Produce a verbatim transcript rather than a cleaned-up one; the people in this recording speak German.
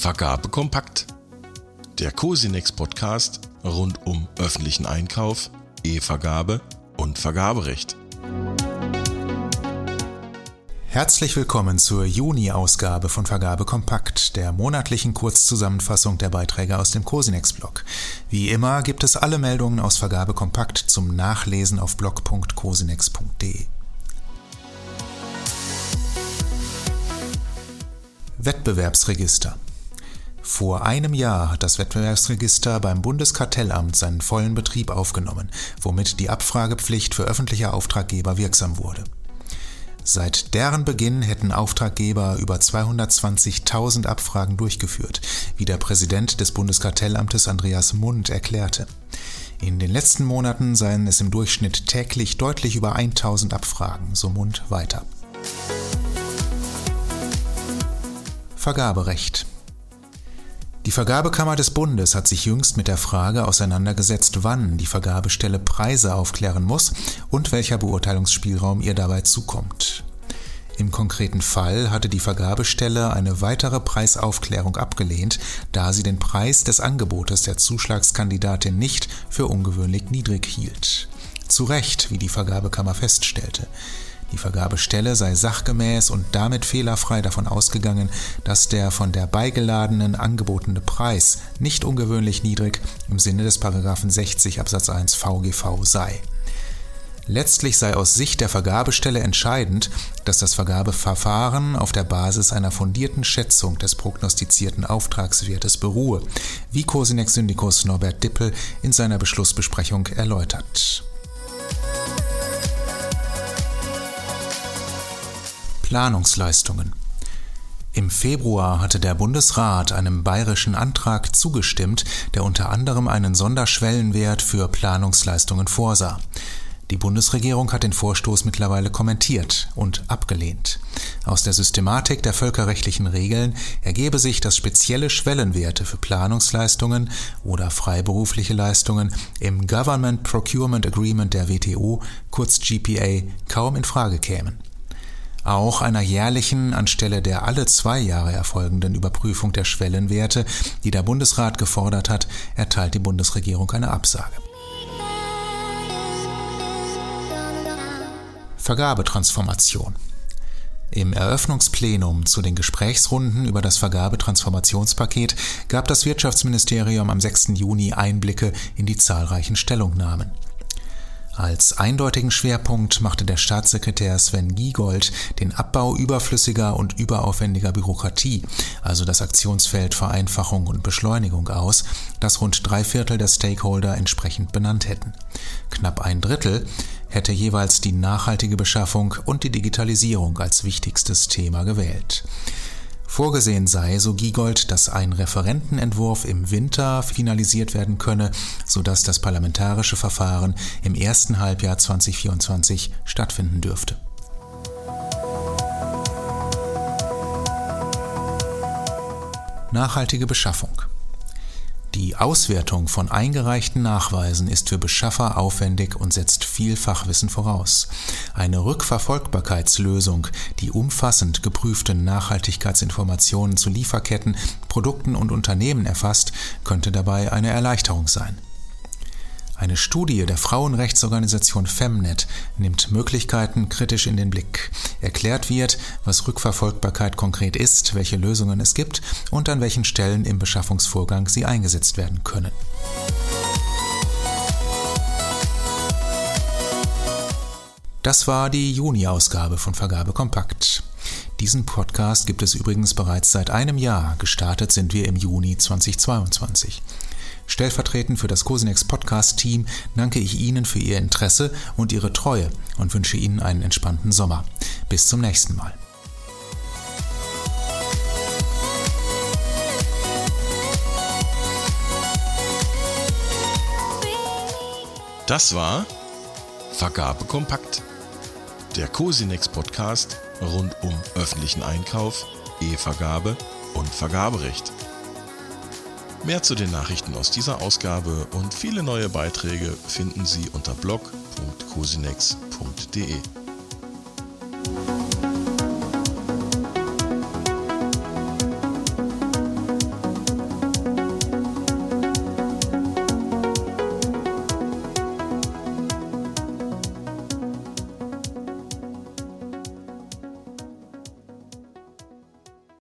Vergabe kompakt. Der Cosinex-Podcast rund um öffentlichen Einkauf, E-Vergabe und Vergaberecht. Herzlich willkommen zur Juni-Ausgabe von Vergabe kompakt, der monatlichen Kurzzusammenfassung der Beiträge aus dem Cosinex-Blog. Wie immer gibt es alle Meldungen aus Vergabe kompakt zum Nachlesen auf blog punkt cosinex punkt de. Wettbewerbsregister. Vor einem Jahr hat das Wettbewerbsregister beim Bundeskartellamt seinen vollen Betrieb aufgenommen, womit die Abfragepflicht für öffentliche Auftraggeber wirksam wurde. Seit deren Beginn hätten Auftraggeber über zweihundertzwanzigtausend Abfragen durchgeführt, wie der Präsident des Bundeskartellamtes Andreas Mund erklärte. In den letzten Monaten seien es im Durchschnitt täglich deutlich über tausend Abfragen, so Mund weiter. Vergaberecht. Die Vergabekammer des Bundes hat sich jüngst mit der Frage auseinandergesetzt, wann die Vergabestelle Preise aufklären muss und welcher Beurteilungsspielraum ihr dabei zukommt. Im konkreten Fall hatte die Vergabestelle eine weitere Preisaufklärung abgelehnt, da sie den Preis des Angebotes der Zuschlagskandidatin nicht für ungewöhnlich niedrig hielt. Zu Recht, wie die Vergabekammer feststellte. Die Vergabestelle sei sachgemäß und damit fehlerfrei davon ausgegangen, dass der von der Beigeladenen angebotene Preis nicht ungewöhnlich niedrig im Sinne des Paragraphen sechzig Absatz eins V G V sei. Letztlich sei aus Sicht der Vergabestelle entscheidend, dass das Vergabeverfahren auf der Basis einer fundierten Schätzung des prognostizierten Auftragswertes beruhe, wie Cosinex-Syndikus Norbert Dippel in seiner Beschlussbesprechung erläutert. Planungsleistungen. Im Februar hatte der Bundesrat einem bayerischen Antrag zugestimmt, der unter anderem einen Sonderschwellenwert für Planungsleistungen vorsah. Die Bundesregierung hat den Vorstoß mittlerweile kommentiert und abgelehnt. Aus der Systematik der völkerrechtlichen Regeln ergebe sich, dass spezielle Schwellenwerte für Planungsleistungen oder freiberufliche Leistungen im Government Procurement Agreement der W T O, kurz G P A, kaum in Frage kämen. Auch einer jährlichen, anstelle der alle zwei Jahre erfolgenden Überprüfung der Schwellenwerte, die der Bundesrat gefordert hat, erteilt die Bundesregierung eine Absage. Vergabetransformation. Im Eröffnungsplenum zu den Gesprächsrunden über das Vergabetransformationspaket gab das Wirtschaftsministerium am sechsten Juni Einblicke in die zahlreichen Stellungnahmen. Als eindeutigen Schwerpunkt machte der Staatssekretär Sven Giegold den Abbau überflüssiger und überaufwendiger Bürokratie, also das Aktionsfeld Vereinfachung und Beschleunigung aus, das rund drei Viertel der Stakeholder entsprechend benannt hätten. Knapp ein Drittel hätte jeweils die nachhaltige Beschaffung und die Digitalisierung als wichtigstes Thema gewählt. Vorgesehen sei, so Giegold, dass ein Referentenentwurf im Winter finalisiert werden könne, sodass das parlamentarische Verfahren im ersten Halbjahr zweitausendvierundzwanzig stattfinden dürfte. Nachhaltige Beschaffung. Die Auswertung von eingereichten Nachweisen ist für Beschaffer aufwendig und setzt viel Fachwissen voraus. Eine Rückverfolgbarkeitslösung, die umfassend geprüfte Nachhaltigkeitsinformationen zu Lieferketten, Produkten und Unternehmen erfasst, könnte dabei eine Erleichterung sein. Eine Studie der Frauenrechtsorganisation Femnet nimmt Möglichkeiten kritisch in den Blick. Erklärt wird, was Rückverfolgbarkeit konkret ist, welche Lösungen es gibt und an welchen Stellen im Beschaffungsvorgang sie eingesetzt werden können. Das war die Juni-Ausgabe von Vergabe kompakt. Diesen Podcast gibt es übrigens bereits seit einem Jahr. Gestartet sind wir im Juni zweitausendzweiundzwanzig. Stellvertretend für das Cosinex-Podcast-Team danke ich Ihnen für Ihr Interesse und Ihre Treue und wünsche Ihnen einen entspannten Sommer. Bis zum nächsten Mal. Das war Vergabe kompakt. Der Cosinex-Podcast rund um öffentlichen Einkauf, E-Vergabe und Vergaberecht. Mehr zu den Nachrichten aus dieser Ausgabe und viele neue Beiträge finden Sie unter blog punkt cosinex punkt de.